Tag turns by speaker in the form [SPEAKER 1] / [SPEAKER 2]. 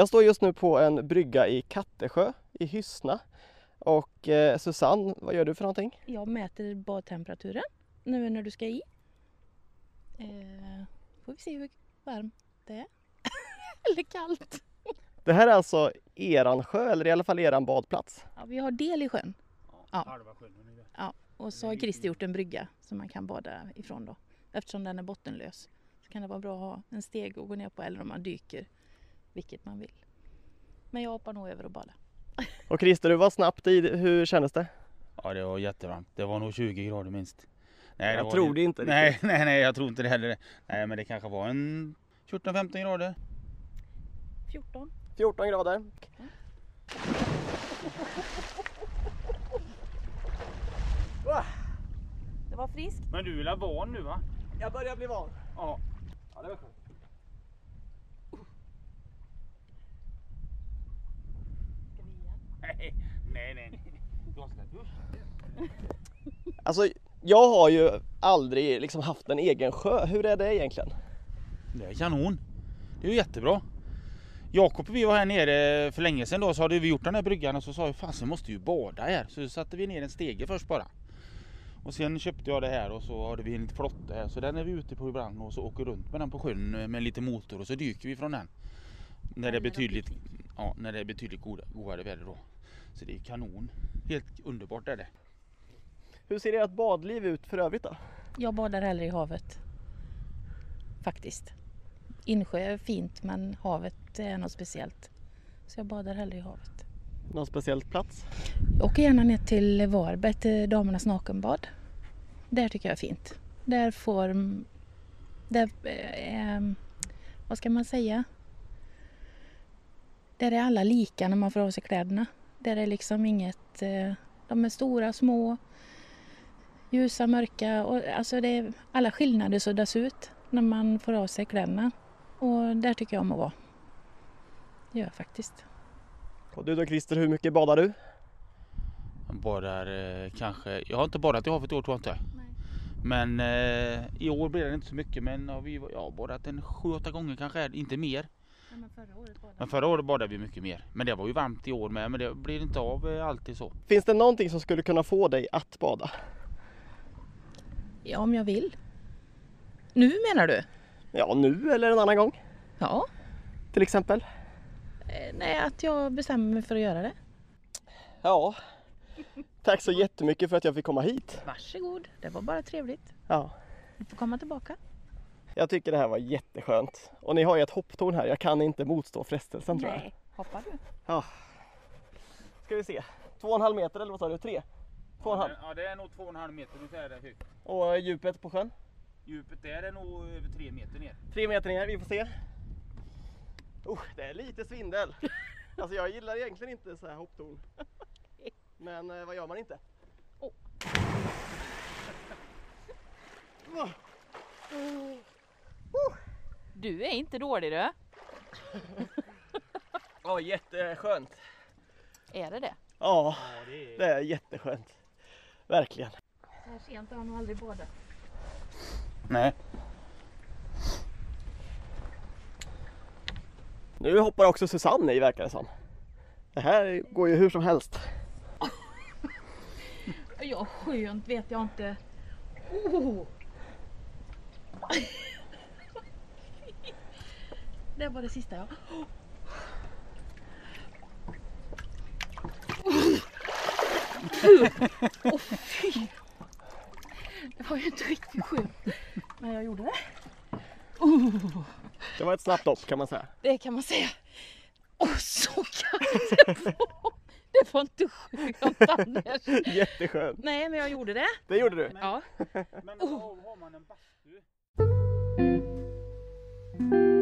[SPEAKER 1] Jag står just nu på en brygga i Kattesjö i Hyssna. Och Susanne, vad gör du för någonting?
[SPEAKER 2] Jag mäter badtemperaturen nu när du ska i. Får vi se hur varmt det är. Eller kallt.
[SPEAKER 1] Det här är alltså eran sjö, eller i alla fall eran badplats.
[SPEAKER 2] Ja, vi har del i sjön. Ja.
[SPEAKER 3] Halva sjön ungefär.
[SPEAKER 2] Ja, och så har Christer gjort en brygga som man kan bada ifrån då. Eftersom den är bottenlös så kan det vara bra att ha en steg att gå ner på eller om man dyker, vilket man vill. Men jag hoppar nog över och bada.
[SPEAKER 1] Och Christer, du var snabbt i, hur kändes det?
[SPEAKER 3] Ja, det var jättevarmt. Det var nog 20 grader minst. Nej,
[SPEAKER 1] Jag tror det inte
[SPEAKER 3] riktigt. Nej, jag tror inte det heller. Nej, men det kanske var en 14-15 grader.
[SPEAKER 1] 14 grader.
[SPEAKER 2] Det var friskt.
[SPEAKER 3] Men du är van nu, va?
[SPEAKER 1] Jag börjar bli van.
[SPEAKER 3] Ja.
[SPEAKER 1] Ja, det var skönt.
[SPEAKER 2] Ska vi igen?
[SPEAKER 3] Nej. Jag ska duscha.
[SPEAKER 1] Alltså, jag har ju aldrig liksom haft en egen sjö. Hur är det egentligen?
[SPEAKER 3] Det är kanon. Det är ju jättebra. Jakob och vi var här nere för länge sedan då, så hade vi gjort den här bryggan och så sa vi fasen måste ju bada här. Så satte vi ner en stege först bara. Och sen köpte jag det här och så hade vi en liten flotte här. Så den är vi ute på ibland och så åker runt med den på sjön med lite motor och så dyker vi från den. När det är betydligt godare väder då. Så det är kanon. Helt underbart är det.
[SPEAKER 1] Hur ser ert badliv ut för övrigt då?
[SPEAKER 2] Jag badar hellre i havet. Faktiskt. Insjö är fint men havet är något speciellt. Så jag badar hellre i havet.
[SPEAKER 1] Någon speciell plats?
[SPEAKER 2] Jag åker gärna ner till Varberg till damernas nakenbad. Där tycker jag är fint. Vad ska man säga? Där är alla lika när man får av sig kläderna. Där är liksom inget, de är stora, små, ljusa, mörka. Och alltså alla skillnader suddas ut när man får av sig kläderna. Och där tycker jag om att vara. Det gör jag faktiskt.
[SPEAKER 1] Och du då Christer, hur mycket badar du?
[SPEAKER 3] Jag badar kanske, jag har inte badat i havet i år tror jag inte.
[SPEAKER 2] Nej.
[SPEAKER 3] Men i år blir det inte så mycket, men jag har badat en 7-8 gånger kanske, inte mer.
[SPEAKER 2] Ja,
[SPEAKER 3] Men förra året badade vi mycket mer. Men det var ju varmt i år med, men det blir inte av alltid så.
[SPEAKER 1] Finns det någonting som skulle kunna få dig att bada?
[SPEAKER 2] Ja, om jag vill. Nu menar du?
[SPEAKER 1] Ja, nu eller en annan gång
[SPEAKER 2] Ja.
[SPEAKER 1] till exempel.
[SPEAKER 2] Nej, att jag bestämmer mig för att göra det.
[SPEAKER 1] Ja, tack så jättemycket för att jag fick komma hit.
[SPEAKER 2] Varsågod, det var bara trevligt.
[SPEAKER 1] Ja,
[SPEAKER 2] Du får komma tillbaka.
[SPEAKER 1] jag tycker det här var jätteskönt. Och ni har ju ett hopptorn här, jag kan inte motstå frestelsen tror jag.
[SPEAKER 2] Nej, hoppar du?
[SPEAKER 1] Ja. Ska vi se, 2,5 meter eller vad sa du? 3? 2,5.
[SPEAKER 3] Ja, det är nog 2,5 meter ungefär högt.
[SPEAKER 1] Och djupet på sjön?
[SPEAKER 3] Djupet där är nog över 3 meter ner.
[SPEAKER 1] 3 meter ner, vi får se. Det är lite svindel. Alltså jag gillar egentligen inte så här hopptorn. Men vad gör man inte?
[SPEAKER 2] Du är inte dålig du.
[SPEAKER 1] Ja, jätteskönt.
[SPEAKER 2] Är det?
[SPEAKER 1] Ja, det är jätteskönt. Verkligen.
[SPEAKER 2] Så här sent har jag nog aldrig badat.
[SPEAKER 3] Nej.
[SPEAKER 1] Nu hoppar också Susanne i verkar det som. Det här går ju hur som helst.
[SPEAKER 2] Ja, skönt vet jag inte. Det var det sista jag. Fy. Det var ju inte riktigt skönt. Men jag gjorde det.
[SPEAKER 1] Det var ett snabbt hopp kan man säga.
[SPEAKER 2] Det kan man säga. Så kallt det var. Det var inte skönt Anders.
[SPEAKER 1] Jätteskönt.
[SPEAKER 2] Nej, men jag gjorde det.
[SPEAKER 1] Det gjorde du.
[SPEAKER 2] Ja.
[SPEAKER 3] Men då har man en bastu.